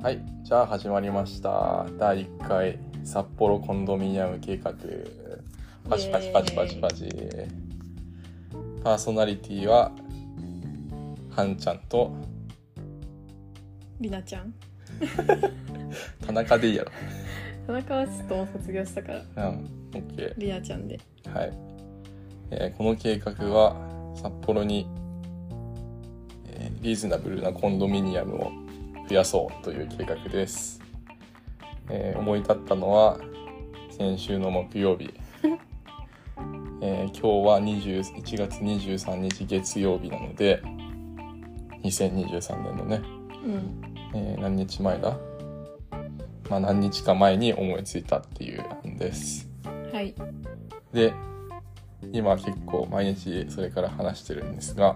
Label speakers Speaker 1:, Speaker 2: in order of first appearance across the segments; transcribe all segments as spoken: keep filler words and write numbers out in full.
Speaker 1: はい、じゃあ始まりましただいいっかい札幌コンドミニアム計画。パチパチパチパチパチ。パーソナリティははんちゃんと
Speaker 2: りなちゃん
Speaker 1: 田中でいいやろ。
Speaker 2: 田中はちょっともう卒業したから
Speaker 1: うん、OK。
Speaker 2: りなちゃんで。
Speaker 1: はい、えー、この計画は札幌に、えー、リーズナブルなコンドミニアムを増やそうという計画です。えー、思い立ったのは先週の木曜日、えー、今日はにじゅういちがつにじゅうさんにち月曜日なのでにせんにじゅうさんねんのね、
Speaker 2: うん
Speaker 1: えー、何日前だ、まあ何日か前に思いついたっていう案です。
Speaker 2: はい。
Speaker 1: で、今結構毎日それから話してるんですが、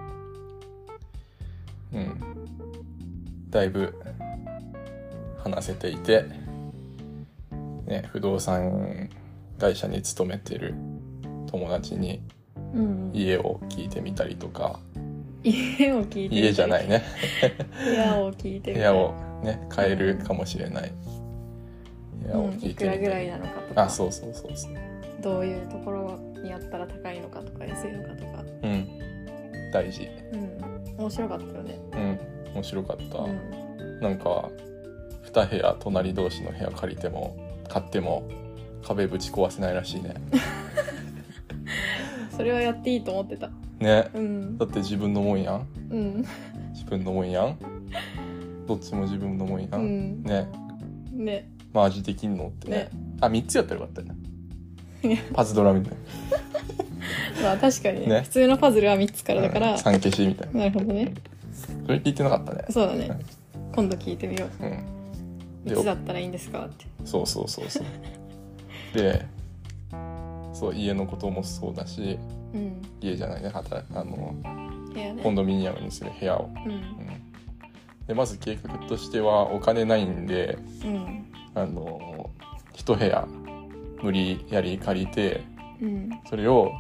Speaker 1: うんだいぶ話せていて、ね、不動産会社に勤めてる友達に家を聞いてみたりとか、
Speaker 2: うん、家を聞いてみたり
Speaker 1: 家じゃないね
Speaker 2: 部屋を聞いてみたり、
Speaker 1: 部屋をね買えるかもしれない部屋を聞いてみたり、うん、い
Speaker 2: くらぐらいなのかとか、
Speaker 1: あ、そうそうそうそう、
Speaker 2: どういうところにあったら高いのかとか安いのかとか、
Speaker 1: うん大事。
Speaker 2: うん面白かったよね。
Speaker 1: うん面白かった、
Speaker 2: うん、
Speaker 1: なんかに部屋隣同士の部屋借りても買っても壁ぶち壊せないらしいね
Speaker 2: それはやっていいと思ってた
Speaker 1: ね、
Speaker 2: うん、
Speaker 1: だって自分のもんやん、
Speaker 2: うん、
Speaker 1: 自分のもんやん、どっちも自分のもんやん、うん、ね
Speaker 2: ね
Speaker 1: マージできんのってね、
Speaker 2: ね
Speaker 1: あみっつやったらよかったよねパズドラみたいな
Speaker 2: まあ確かに、ね
Speaker 1: ね、
Speaker 2: 普通のパズルはみっつからだから、
Speaker 1: うん、さん消しみたいな。
Speaker 2: なるほどね。
Speaker 1: それ聞いてなかったね。
Speaker 2: そうだね、今度聞いてみよう。
Speaker 1: うん
Speaker 2: いつだったらいいんですかって。
Speaker 1: そうそうそうそうで、そう家のこともそうだし、うん、家じゃないね、働あの
Speaker 2: 部屋ね、
Speaker 1: コンドミニアムにする部屋を、
Speaker 2: うんうん、
Speaker 1: でまず計画としてはお金ないんで、
Speaker 2: うん、
Speaker 1: あの一部屋無理やり借りて、
Speaker 2: うん、
Speaker 1: それを、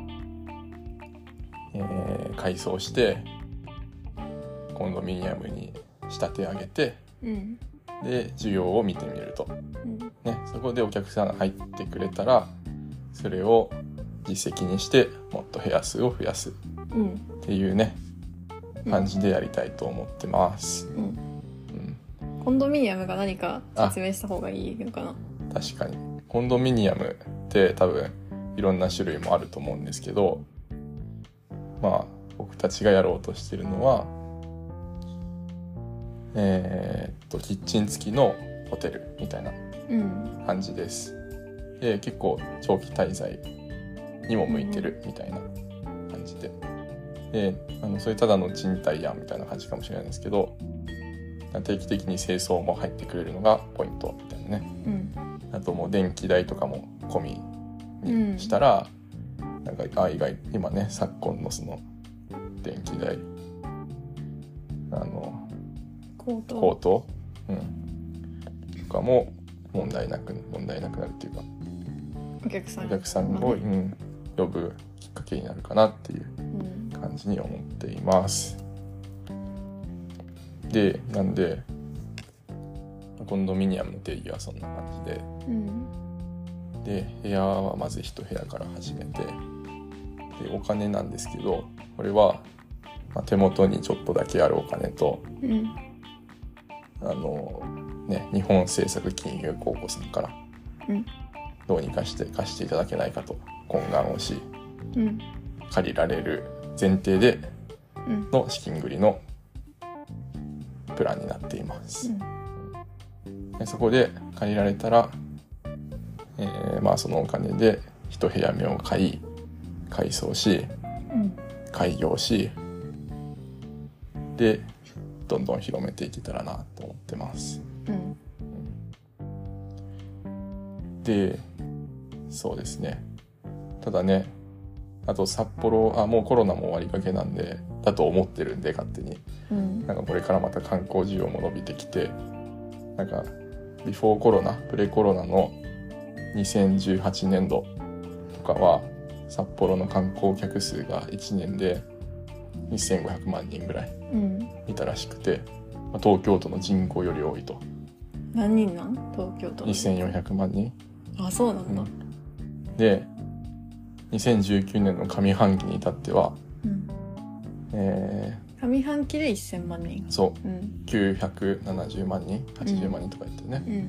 Speaker 1: えー、改装してコンドミニアムに仕立て上げて、うん、で需要を見てみると、うんね、そこでお客さんが入ってくれたらそれを実績にしてもっと部屋数を増やすっていうね、うん、感じでやりたいと思ってます、うん
Speaker 2: うん、コンドミニアムが何か説明した方がいいのかな。
Speaker 1: 確かにコンドミニアムって多分いろんな種類もあると思うんですけど、まあ僕たちがやろうとしてるのはえー、っとキッチン付きのホテルみたいな感じです、うん、で結構長期滞在にも向いてるみたいな感じで、であのそれただの賃貸やんみたいな感じかもしれないんですけど、定期的に清掃も入ってくれるのがポイントみたいなね、うん、あともう電気代とかも込みにしたら、うん、なんかあ意外今ね昨今のその電気代あの
Speaker 2: 高騰、
Speaker 1: 高騰、うん、とかも問題なく問題なくなるっていうか、
Speaker 2: お客さん
Speaker 1: お客さんを、うん、呼ぶきっかけになるかなっていう感じに思っています、うん、でなんでコンドミニアムの定義はそんな感じで、うん、で部屋はまず一部屋から始めて、でお金なんですけどこれは、まあ、手元にちょっとだけあるお金と、うんあのね、日本政策金融公庫さんからどうにかして貸していただけないかと懇願をし、うん、借りられる前提での資金繰りのプランになっています、うん、でそこで借りられたら、えーまあ、そのお金で一部屋目を買い改装し、うん、開業しでどんどん広めていけたらなと思ってます、うん、でそうですね、ただねあと札幌あもうコロナも終わりかけなんでだと思ってるんで勝手に、うん、なんかこれからまた観光需要も伸びてきて、なんかビフォーコロナプレコロナのにせんじゅうはちねんどとかは札幌の観光客数がいちねんでにせんごひゃくまんにんぐらいいたらしくて、う東京都の人口より多いと。
Speaker 2: 何人なん東京都？
Speaker 1: にせんよんひゃくまんにん。
Speaker 2: あ、そうなんだ、うん、
Speaker 1: でにせんじゅうきゅうねんの上半期に至っては、
Speaker 2: うん
Speaker 1: え
Speaker 2: ー、上半期でせんまんにん、
Speaker 1: そう、うん、きゅうひゃくななじゅうまんにんはちじゅうまんにんとか言ってね、
Speaker 2: うん、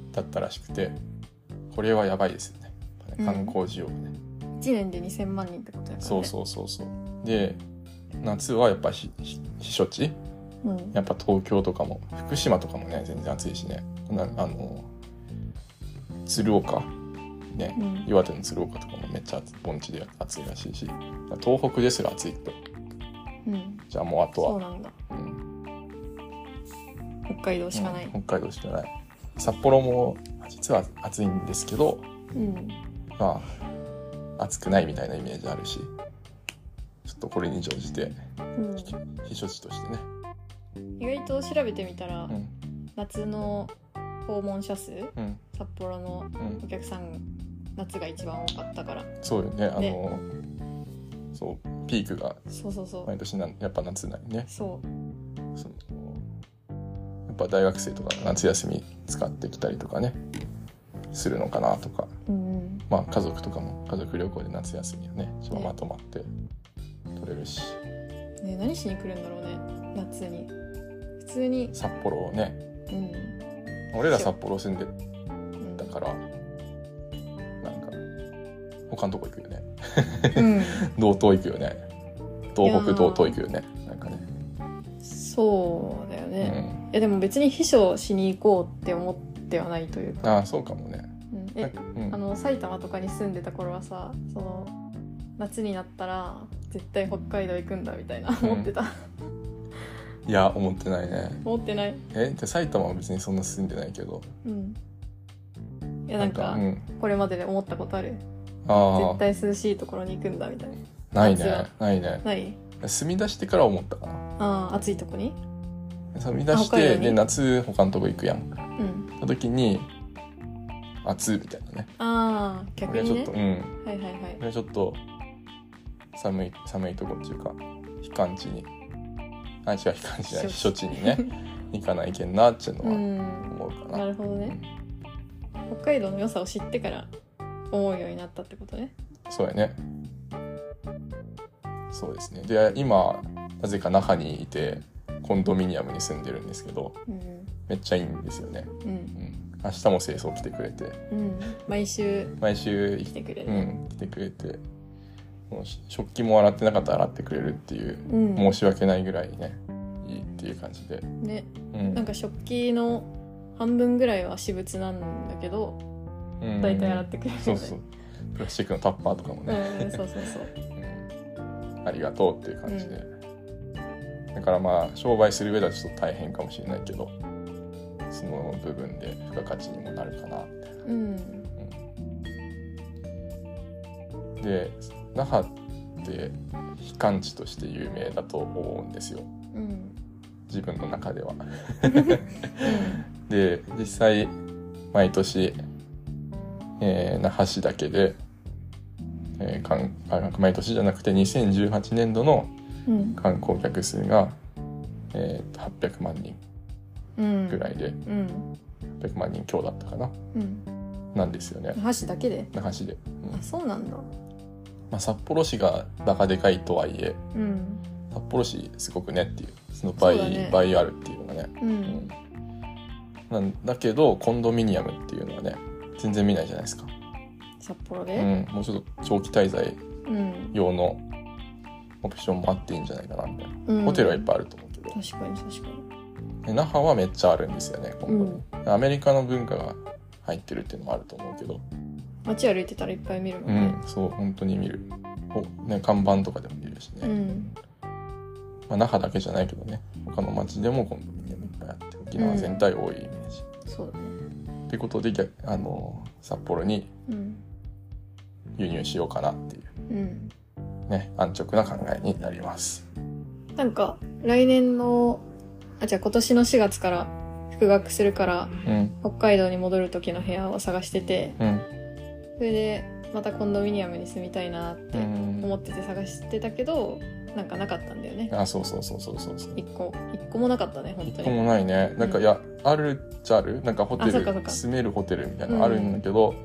Speaker 1: だったらしくて、これはやばいですよね、観光需要がね、
Speaker 2: うん、いちねんでにせんまんにんってことやからね。
Speaker 1: そうそうそうそう。で夏はやっぱ避暑地、うん、やっぱ東京とかも福島とかもね全然暑いしね、なあの鶴岡ね、うん、岩手の鶴岡とかもめっちゃ盆地で暑いらしいし、東北ですら暑いって、うん、じゃあもうあとは
Speaker 2: そうなんだ、うん、北海道しかない、
Speaker 1: うん、北海道しかない。札幌も実は暑いんですけど、うん、まあ暑くないみたいなイメージあるし、ちょっとこれに乗じて、うん、避暑地としてね。
Speaker 2: 意外と調べてみたら、うん、夏の訪問者数、うん、札幌のお客さん、うん、夏が一番多かったから。
Speaker 1: そうよね、あのそうピークが
Speaker 2: そうそうそう
Speaker 1: 毎年なやっぱ夏なのね。
Speaker 2: そう
Speaker 1: そのやっぱ大学生とか夏休み使ってきたりとかねするのかなとか、うんうん、まあ家族とかも家族旅行で夏休みをねちょっとまとまって取れるし、
Speaker 2: ね、何しに来るんだろうね夏に。普通に
Speaker 1: 札幌をね、うん、俺ら札幌住んでたから、うん、なんか他のとこ行くよね、うん、道東行くよね、東北道東行くよね、なんかね。
Speaker 2: そうだよね、うん、いやでも別に秘書しに行こうって思ってはないというか。
Speaker 1: ああそうかもね、
Speaker 2: うん、え、うん、あの埼玉とかに住んでた頃はさ、その夏になったら絶対北海道行くんだみたいな思ってた、
Speaker 1: うん、いや思ってないね。
Speaker 2: 思ってない。
Speaker 1: えじゃ埼玉は別にそんな住んでないけど、
Speaker 2: うん、いやなんか、なんか、うん、これまでで思ったことある。
Speaker 1: あ
Speaker 2: 絶対涼しいところに行くんだみたいな。
Speaker 1: ないねないね。
Speaker 2: ない
Speaker 1: 住み出してから思ったかな。
Speaker 2: ああ暑いとこに
Speaker 1: 住み出してで夏他のとこ行くやん、うん、た時に暑いみたいなね。
Speaker 2: ああ逆にね。
Speaker 1: これちょっと、うん、
Speaker 2: はいはいはい。
Speaker 1: これちょっと寒い寒いとこっていうか避寒地にあ違う避寒地じゃない避暑地にね行かないけんなっていうのは思うかな。
Speaker 2: なるほどね、うん、北海道の良さを知ってから思うようになったってことね。
Speaker 1: そうやね。そうですね。で今なぜか那覇にいてコンドミニアムに住んでるんですけど、うん、めっちゃいいんですよね、うんうん、明日も清掃来てくれて、
Speaker 2: うん、毎週
Speaker 1: 毎週
Speaker 2: 来てくれる、
Speaker 1: うん、来てくれてもう食器も洗ってなかったら洗ってくれるっていう、うん、申し訳ないぐらいねいいっていう感じで
Speaker 2: ね、うん、なんか食器の半分ぐらいは私物なんだけど、うん、大体洗ってくれる、ね、
Speaker 1: そうそうプラスチックのタッパーとかもね、
Speaker 2: うん、そうそうそう、
Speaker 1: うん、ありがとうっていう感じで、うん、だからまあ商売する上ではちょっと大変かもしれないけどその部分で付加価値にもなるかなみたいな、うんうん、で那覇って避寒地として有名だと思うんですよ、うん、自分の中ではで実際毎年、えー、那覇市だけで、えー、かんあ毎年じゃなくてにせんじゅうはちねんどの観光客数が、えー、はっぴゃくまんにんぐらいで、うんうん、はっぴゃくまんにん強だったかな、うん、なんですよね。
Speaker 2: 那覇市だけで？
Speaker 1: 那覇市で、
Speaker 2: うん、あそうなんだ。
Speaker 1: まあ、札幌市がバカでかいとはいえ、うん、札幌市すごくねっていうその倍、ね、倍あるっていうのがね、うんうん、なんだけどコンドミニアムっていうのはね全然見ないじゃないですか
Speaker 2: 札幌で、
Speaker 1: うん、もうちょっと長期滞在用のオプションもあっていいんじゃないかなみたいな、うん、ホテルはいっぱいあると思うけど
Speaker 2: 確かに確か
Speaker 1: に那覇はめっちゃあるんですよね今後、うん、アメリカの文化が入ってるっていうのもあると思うけど
Speaker 2: 街歩いてたらいっぱい見るもんね、
Speaker 1: うん、そう本当に見るね、看板とかでも見るしね、うんまあ、那覇だけじゃないけどね他の街でもコンドミニアムいっぱいあって沖縄全体多いイメージ、
Speaker 2: うん、そうだね
Speaker 1: ってことであの札幌に輸入しようかなっていう、うんね、安直な考えになります。
Speaker 2: なんか来年のあじゃあ今年のしがつから復学するから、うん、北海道に戻る時の部屋を探してて、うん、それでまたコンドミニアムに住みたいなって思ってて探してたけど、なんかなかったんだよね。
Speaker 1: あ、そうそうそうそうそう
Speaker 2: 一個一個もなかったね、本当に。
Speaker 1: 一個もないね。なんか、うん、いやあるっちゃある、なんかホテル住めるホテルみたいなのあるんだけど、うん、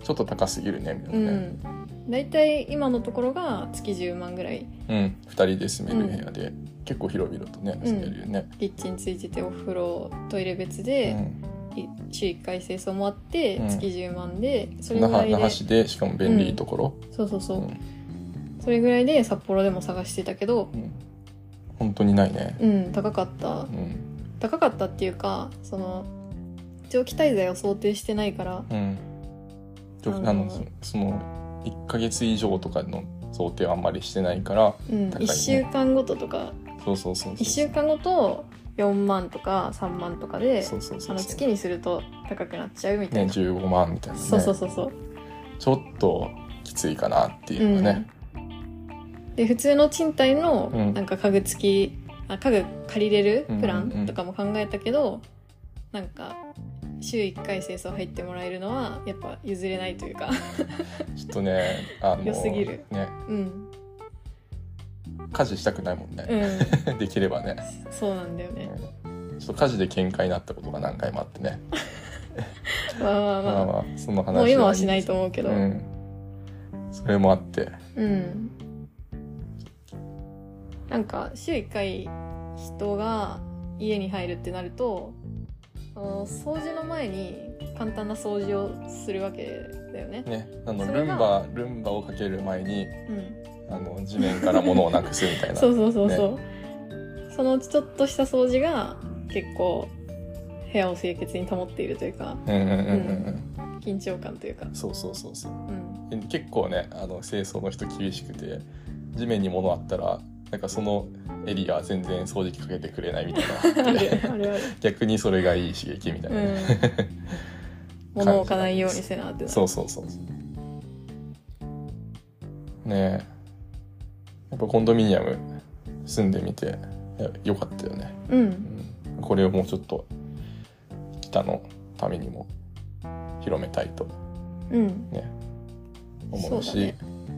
Speaker 1: ちょっと高すぎるねみたいなね。
Speaker 2: だいたい今のところが月じゅうまんぐらい。
Speaker 1: うん、ふたりで住める部屋で、うん、結構広々とね住めるよね、
Speaker 2: うん、キッチンついててお風呂トイレ別で、うん、週いっかい清掃もあって、うん、月じゅうまんで、それぐらいで那覇市
Speaker 1: でしかも便利いいところ、
Speaker 2: うん、そうそうそう、うん、それぐらいで札幌でも探してたけど、
Speaker 1: うん、本当にないね。
Speaker 2: うん高かった、うん、高かったっていうか、その長期滞在を想定してないから、うん、
Speaker 1: あのあのそのいっかげつ以上とかの想定はあんまりしてないから高い、ね、
Speaker 2: うん、いっしゅうかんごととか、
Speaker 1: そうそうそうそう、
Speaker 2: いっしゅうかんごとよんまんとかさんまんとかで、そうそうそうそう、あの月にすると高くなっちゃうみたいな、
Speaker 1: ね、じゅうごまんみたいなね。
Speaker 2: そうそうそうそう、
Speaker 1: ちょっときついかなっていうかね、
Speaker 2: うん、で普通の賃貸のなんか家具付き、うん、あ家具借りれるプランとかも考えたけど、うんうんうん、なんか週いっかい清掃入ってもらえるのはやっぱ譲れないというか
Speaker 1: ちょっとね、あの
Speaker 2: 良すぎる
Speaker 1: ね、
Speaker 2: うん、
Speaker 1: 家事したくないもんね、うん、できればね。
Speaker 2: そうなんだよね、
Speaker 1: うん、ちょっと家事で喧嘩になったことが何回もあってね
Speaker 2: まあまあまあ、まあまあ、
Speaker 1: その話
Speaker 2: もう今はしないと思うけど、うん、
Speaker 1: それもあって、
Speaker 2: うん、なんか週いっかい人が家に入るってなると、掃除の前に簡単な掃除をするわけだよね。
Speaker 1: ね、あのルンバルンバをかける前に、うん、あの地面から物をなくすみたいな
Speaker 2: そうそうそうそう、ね、そのちょっとした掃除が結構部屋を清潔に保っているというか、うんうんうんうん、緊張感というか、
Speaker 1: そうそうそうそう、うん、結構ね、あの清掃の人厳しくて、地面に物あったらなんかそのエリア全然掃除機かけてくれないみたいなあってあれあれ逆にそれがいい刺激みたいな、うん、
Speaker 2: 物を置かないようにせなってな。
Speaker 1: そうそうそうねえ、やっぱコンドミニアム住んでみてよかったよね、
Speaker 2: うんうん、
Speaker 1: これをもうちょっと北のためにも広めたいと、
Speaker 2: うん
Speaker 1: ね、思うし、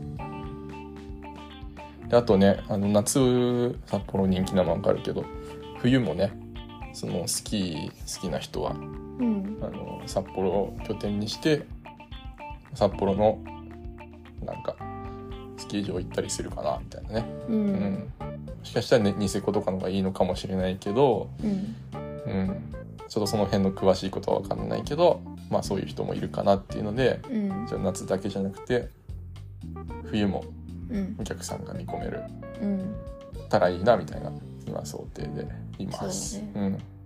Speaker 1: あとね、あの夏札幌人気なのは分かるけど、冬もね、そのスキー好きな人は、うん、あの札幌を拠点にして札幌のなんかスキー場行ったりするかなみたいなね、うんうん、もしかしたら、ね、ニセコとかのがいいのかもしれないけど、うんうん、ちょっとその辺の詳しいことは分かんないけど、まあそういう人もいるかなっていうので、うん、じゃあ夏だけじゃなくて冬もお客さんが見込める、うん、たらいいなみたいな今想定でいます、ね、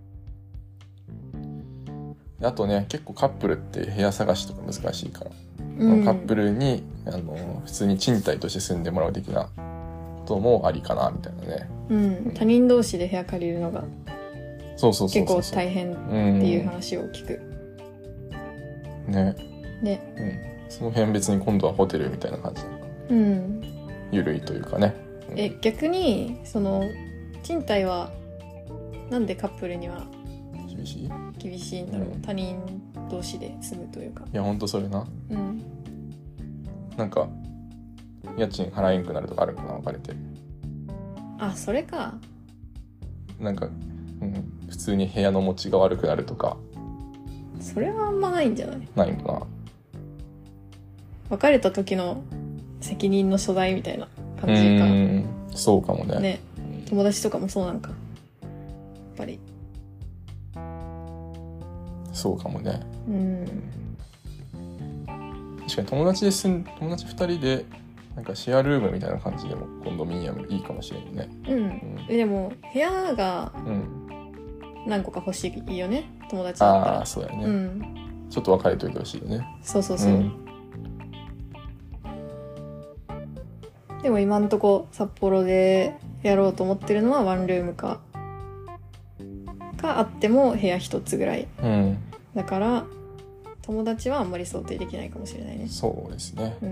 Speaker 1: うん、あとね、結構カップルって部屋探しとか難しいから、うん、カップルにあの普通に賃貸として住んでもらう的なこともありかなみたいなね、
Speaker 2: うんうん、他人同士で部屋借りるのが結構大変っていう話を聞く、
Speaker 1: うん、ね
Speaker 2: ね、
Speaker 1: うん、その辺別に今度はホテルみたいな感じ、うん、ゆるいというかね、
Speaker 2: うん、え逆にその賃貸はなんでカップルには
Speaker 1: 厳しい
Speaker 2: 厳しいんだろう、うん、他人同士で住むというか。
Speaker 1: いやほんとそれな、
Speaker 2: うん、
Speaker 1: なんか家賃払えんくなるとかあるかな、別れて。
Speaker 2: あ、それか。
Speaker 1: なんか、うん、普通に部屋の持ちが悪くなるとか。
Speaker 2: それはあんまないんじゃない？
Speaker 1: ないのかな。
Speaker 2: 別れた時の責任の所在みたいな感じか。
Speaker 1: うん、そうかもね。
Speaker 2: ね、友達とかもそうなんか。やっぱり。
Speaker 1: そうかもね。
Speaker 2: うん。
Speaker 1: 確かに友達で住ん友達ふたりでなんかシェアルームみたいな感じでもコンドミニアムいいかもしれないね。
Speaker 2: うん。うん、でも部屋が何個か欲しいよね、友達だったら。
Speaker 1: ああ、そうだよね。うん、ちょっと別れといてほしいよね。
Speaker 2: そうそうそう。うん、でも今んとこ札幌でやろうと思ってるのはワンルームかがあっても部屋一つぐらい。
Speaker 1: うん。
Speaker 2: だから友達はあんまり想定できないかもしれないね。
Speaker 1: そうですね。うん。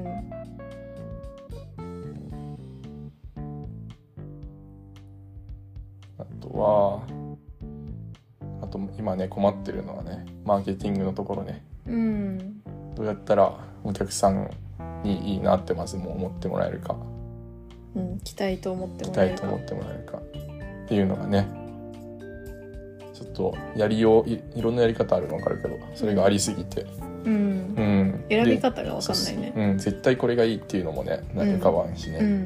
Speaker 1: あとはあと今ね困ってるのはね、マーケティングのところね。
Speaker 2: うん。
Speaker 1: どうやったらお客さんにいいなってまずも思ってもらえるか、
Speaker 2: うん、期待と思ってもらえるか
Speaker 1: 期待と思ってもらえるかっていうのがね、ちょっとやりよう い, いろんなやり方あるの分かるけど、それがありすぎて、
Speaker 2: うんうん、選び方が分かんないね。
Speaker 1: うん、絶対これがいいっていうのもね何かわんしね、うんうん、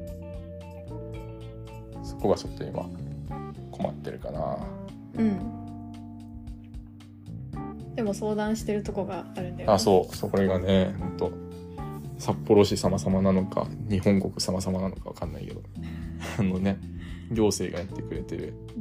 Speaker 1: そこがちょっと今困ってるかな。
Speaker 2: うん。でも相談してるとこがあるんだよね。
Speaker 1: あ、そう、そう、これがね、ほんと札幌市様々なのか日本国様々なのか分かんないけどあのね、行政がやってくれてる、うん、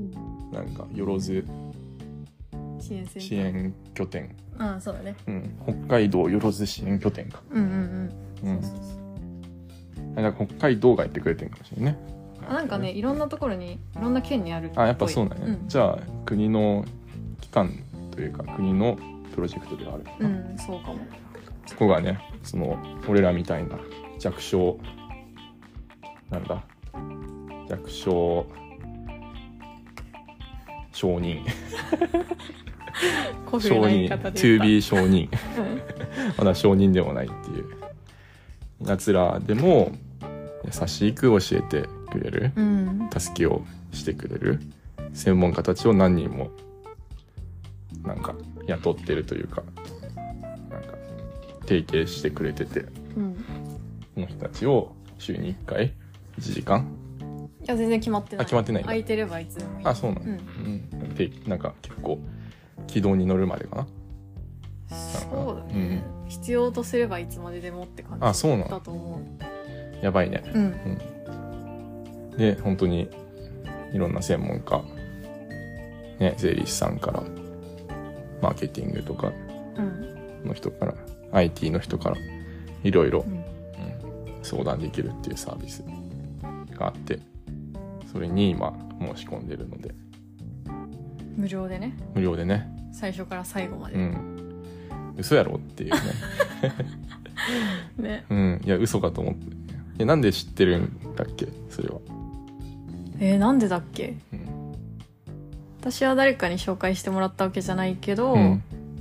Speaker 1: なんかよろず
Speaker 2: 支援センター
Speaker 1: 支援拠点、
Speaker 2: ああそうだね、
Speaker 1: うん、北海道よろず支援拠点か、
Speaker 2: うんうんうん、うん、
Speaker 1: そうそうそう、なんか北海道がやってくれてるかもしれないね。
Speaker 2: あ、なんかね、いろんなところにいろんな県にあるっぽい。
Speaker 1: あ、やっぱそうだね、うん、じゃあ国の機関というか国のプロジェクトではある、
Speaker 2: うん、そうかも。
Speaker 1: そこがね、その俺らみたいな弱小なんだ弱小承認
Speaker 2: 古風な言い方で
Speaker 1: 言った トゥービー 承認まだ承認でもないっていうやつらでも優しく教えてくれる、うん、助けをしてくれる専門家たちを何人もなんか雇ってるというか、なんか提携してくれてて、うん、この人たちを週にいっかいいちじかん、
Speaker 2: いや全然決まってない。
Speaker 1: あ、決まってないんだ。
Speaker 2: 空いてればいつでもいい。
Speaker 1: あ、そうなんだ、うんうん、でなんか結構軌道に乗るまでかな。
Speaker 2: そうだね、うん、必要とすればいつまででもって感じだ
Speaker 1: あ、そうなん
Speaker 2: だと思
Speaker 1: う。やばいね、
Speaker 2: うん
Speaker 1: うん、で本当にいろんな専門家、ね、税理士さんからマーケティングとかの人から、うん、アイティー の人からいろいろ相談できるっていうサービスがあって、それに今申し込んでるので、
Speaker 2: 無料でね
Speaker 1: 無料でね、
Speaker 2: 最初から最後まで、
Speaker 1: うん、嘘やろっていうね
Speaker 2: ね、
Speaker 1: うん、いや嘘かと思って、え、なんで知ってるんだっけそれは。
Speaker 2: えー、なんでだっけ、うん、私は誰かに紹介してもらったわけじゃないけど、うん、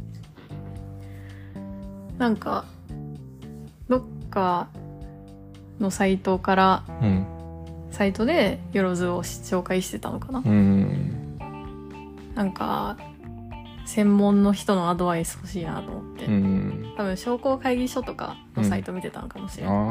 Speaker 2: なんかどっかのサイトから、うん、サイトでよろずを紹介してたのかな、うん、なんか専門の人のアドバイス欲しいなと思って、うん、多分商工会議所とかのサイト見てたのかもしれない、うん、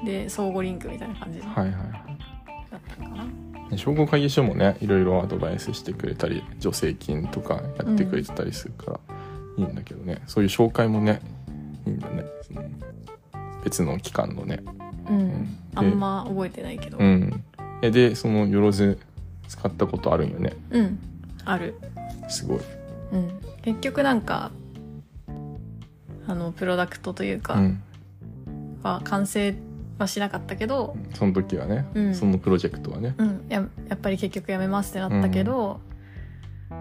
Speaker 2: で相互リンクみたいな感じで、はいはい、だったのかな。
Speaker 1: 商工会議所もね、いろいろアドバイスしてくれたり助成金とかやってくれてたりするからいいんだけどね、うん、そういう紹介もねいいんだね、その別の機関のね、
Speaker 2: うんうん、あんま覚えてないけど、
Speaker 1: うん、でそのよろず使ったことあるんよね。
Speaker 2: うん、ある。
Speaker 1: すごい、
Speaker 2: うん、結局なんかあのプロダクトというか、うん、は完成はしなかったけど、
Speaker 1: うん、その時はね、うん、そのプロジェクトはね、
Speaker 2: うん、や, やっぱり結局やめますってなったけど、うん、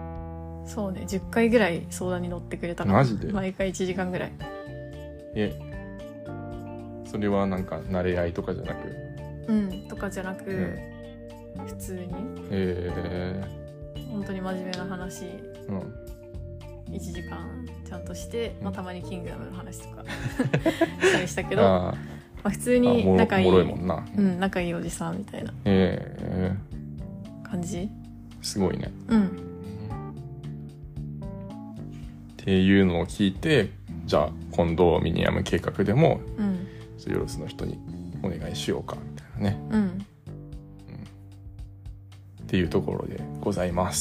Speaker 2: そうねじゅっかいぐらい相談に乗ってくれたから、
Speaker 1: マジで
Speaker 2: 毎回いちじかんぐらい。
Speaker 1: えそれはなんか慣れ合いとかじゃなく、
Speaker 2: うんとかじゃなく、うん、普通に、
Speaker 1: え
Speaker 2: ー、本当に真面目な話、うん、いちじかんちゃんとして、うん、まあ、たまにキングダムの話とかしたりしたけどあ、まあ、普通に仲いい、
Speaker 1: おもろいもんな、
Speaker 2: うん、仲いいおじさんみたいな感じ、え
Speaker 1: ー、すごいね、
Speaker 2: うん、
Speaker 1: っていうのを聞いて、じゃあコンドミニアム計画でも、うん、よろずの人にお願いしようかみたいなね、
Speaker 2: うんうん、
Speaker 1: っていうところでございます。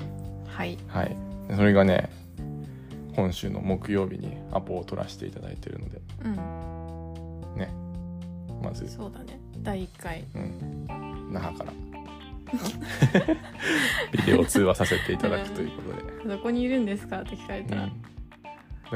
Speaker 2: はい、
Speaker 1: はい、それがね今週の木曜日にアポを取らせていただいているので、
Speaker 2: うん、
Speaker 1: ね、まず
Speaker 2: そうだね、だいいっかい、
Speaker 1: うん、那覇からビデオ通話させていただくということで、
Speaker 2: どこにいるんですかって聞かれたら、うん、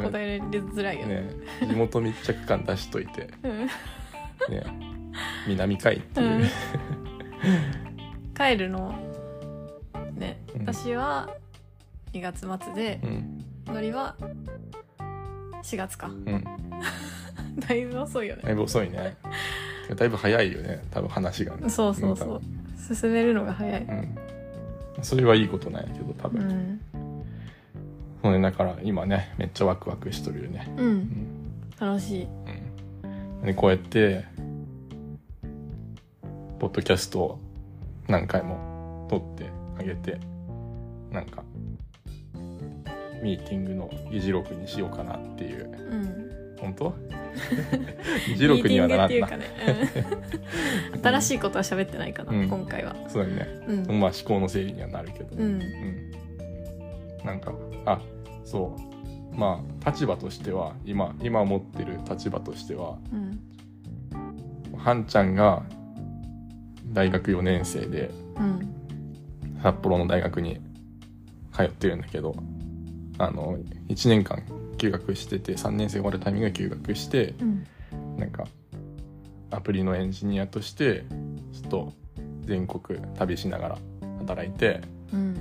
Speaker 2: 答えられづらいよ ね,
Speaker 1: ね地元密着感出しといて、
Speaker 2: うん
Speaker 1: ね、南海っていう、うん、
Speaker 2: 帰るのね、うん、私はにがつ末で、うん、のりはしがつか、うん、だいぶ遅いよね。
Speaker 1: だいぶ遅いね。だいぶ早いよね多分話が、ね、
Speaker 2: そうそうそう、進めるのが早い、うん、
Speaker 1: それはいいことなんやけど多分、うん、そうね、だから今ねめっちゃワクワクしとるよね、
Speaker 2: うんうん、楽しい、
Speaker 1: うん、 でこうやってポッドキャストを何回も撮ってあげて、なんかミーティングの議事録にしようかなっていう、
Speaker 2: うん、
Speaker 1: 本当議事録にはならんな。
Speaker 2: ミーティングっていうかね、うん、新しいことは喋ってないかな、うん、今回は。
Speaker 1: そうだね、うん、まあ思考の整理にはなるけど、
Speaker 2: うんうん、
Speaker 1: なんかあそうまあ立場としては今今持ってる立場としては、うん、はんちゃんが大学よねん生で、うん、札幌の大学に通ってるんだけど、あのいちねんかん休学してて、さんねん生終わるタイミングで休学して、うん、なんかアプリのエンジニアとしてちょっと全国旅しながら働いて、うんうん、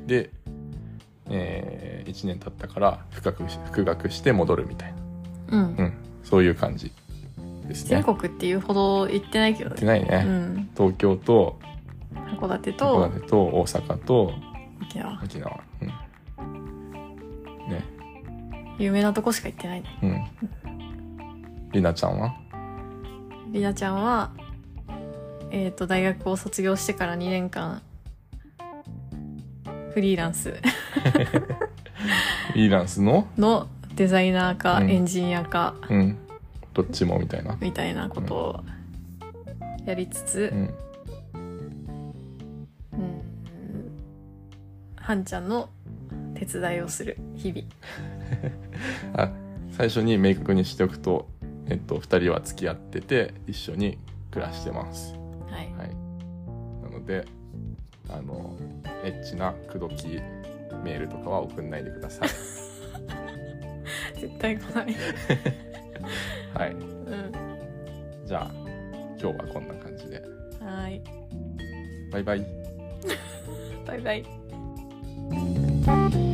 Speaker 1: で、えー、いちねん経ったから復学し、復学して戻るみたいな、うんうん、そういう感じですね。
Speaker 2: 全国っていうほど行ってないけどね。
Speaker 1: 行ってないね、うん、東京と
Speaker 2: 函館と
Speaker 1: 函館と大阪と
Speaker 2: 沖縄
Speaker 1: 沖縄、うん、ね、
Speaker 2: 有名なとこしか行ってないね。
Speaker 1: うん。りなちゃんは？
Speaker 2: りなちゃんはえっと大学を卒業してからにねんかんフリーランスフ
Speaker 1: リーランスの
Speaker 2: のデザイナーかエンジニアか、
Speaker 1: うんうん、どっちもみたいな
Speaker 2: みたいなことをやりつつ、うんうん、はんちゃんの手伝いをする日々
Speaker 1: あ、最初に明確にしておくと、えっと、ふたりは付き合ってて一緒に暮らしてます。
Speaker 2: はい、はい、
Speaker 1: なのであのエッチな口説きメールとかは送んないでください
Speaker 2: 絶対来ない
Speaker 1: はい、うん、じゃあ今日はこんな感じで、
Speaker 2: はい、
Speaker 1: バイバイ
Speaker 2: バイバイ